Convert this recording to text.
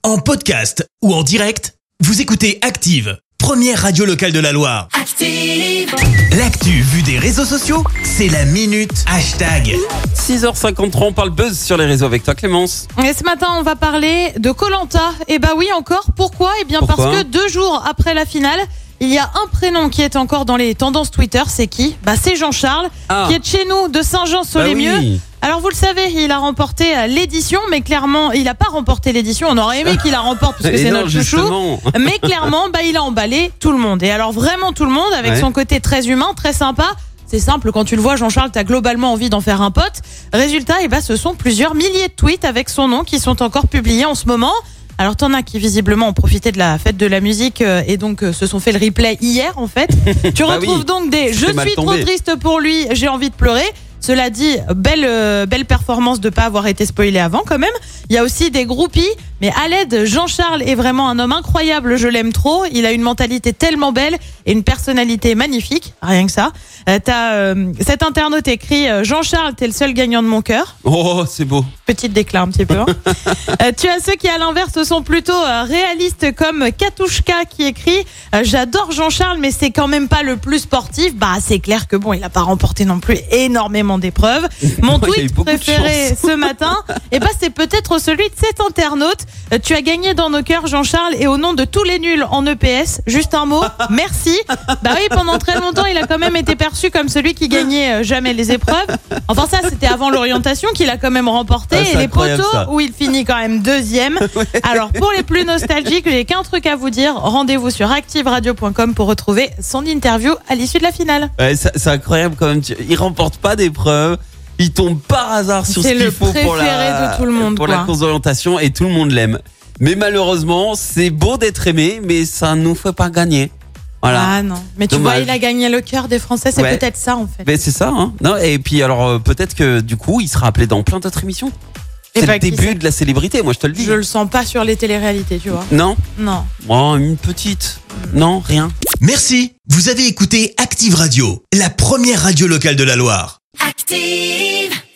En podcast ou en direct, vous écoutez Active, première radio locale de la Loire. Active. L'actu vue des réseaux sociaux, c'est la minute hashtag. 6h53, on parle buzz sur les réseaux avec toi Clémence. Et ce matin, on va parler de Koh-Lanta. Et bah oui, encore. Pourquoi ? Eh bien, Pourquoi ? parce que 2 jours après la finale, il y a un prénom qui est encore dans les tendances Twitter. C'est qui ? Bah, c'est Jean-Charles, qui est de chez nous, de Saint-Jean-Sol-les-Mieux. Bah oui. Alors, vous le savez, il a remporté l'édition, mais clairement, il n'a pas remporté l'édition. On aurait aimé qu'il la remporte parce que Et c'est non, notre chouchou. justement. Mais clairement, bah, il a emballé tout le monde. Et alors, vraiment tout le monde, avec Ouais. son côté très humain, très sympa. C'est simple, quand tu le vois, Jean-Charles, t'as globalement envie d'en faire un pote. Résultat, eh ben, ce sont plusieurs milliers de tweets avec son nom qui sont encore publiés en ce moment. Alors, t'en as qui visiblement ont profité de la fête de la musique et donc se sont fait le replay hier, en fait. Tu Bah retrouves oui, donc des « Je c'était mal suis trop tombé. triste pour lui, j'ai envie de pleurer ». Cela dit, belle performance de pas avoir été spoilé avant quand même. Il y a aussi des groupies, mais à l'aide, Jean-Charles est vraiment un homme incroyable, je l'aime trop. Il a une mentalité tellement belle et une personnalité magnifique, rien que ça. Cet internaute écrit « Jean-Charles, t'es le seul gagnant de mon cœur ». Oh, c'est beau. Petite déclat un petit peu. Hein. Tu as ceux qui, à l'inverse, sont plutôt réalistes comme Katouchka qui écrit j'adore Jean-Charles, mais c'est quand même pas le plus sportif. Bah, c'est clair que bon, il a pas remporté non plus énormément d'épreuves. Mon Il a eu tweet beaucoup de préféré chance. ce matin, et bah, c'est peut-être celui de cet internaute. Tu as gagné dans nos cœurs, Jean-Charles, et au nom de tous les nuls en EPS, juste un mot, merci. Bah oui, pendant très longtemps, il a quand même été perçu comme celui qui gagnait jamais les épreuves. Enfin, ça, c'était avant l'orientation qu'il a quand même remporté. Ah, c'est Et les incroyable, poteaux, ça. où il finit quand même 2e. Alors, pour les plus nostalgiques, j'ai qu'un truc à vous dire. Rendez-vous sur activeradio.com pour retrouver son interview à l'issue de la finale. Ouais, c'est incroyable quand même. Il remporte pas d'épreuve. Il tombe par hasard sur ce C'est qu'il le faut pour préféré de tout le monde, pour quoi. la course d'orientation et tout le monde l'aime. Mais malheureusement, c'est beau d'être aimé, mais ça nous fait pas gagner. Voilà. Ah non. Mais tu Dommage. vois, il a gagné le cœur des Français. C'est Ouais. peut-être ça, en fait. Mais c'est ça, hein. Non, et puis alors peut-être que du coup, il sera appelé dans plein d'autres émissions. Et C'est bah, le qui début sait ? de la célébrité, moi je te le dis. Je le sens pas sur les téléréalités, tu vois. Non, Non. oh, une petite. Non, rien. Merci, vous avez écouté Active Radio, la première radio locale de la Loire. Active.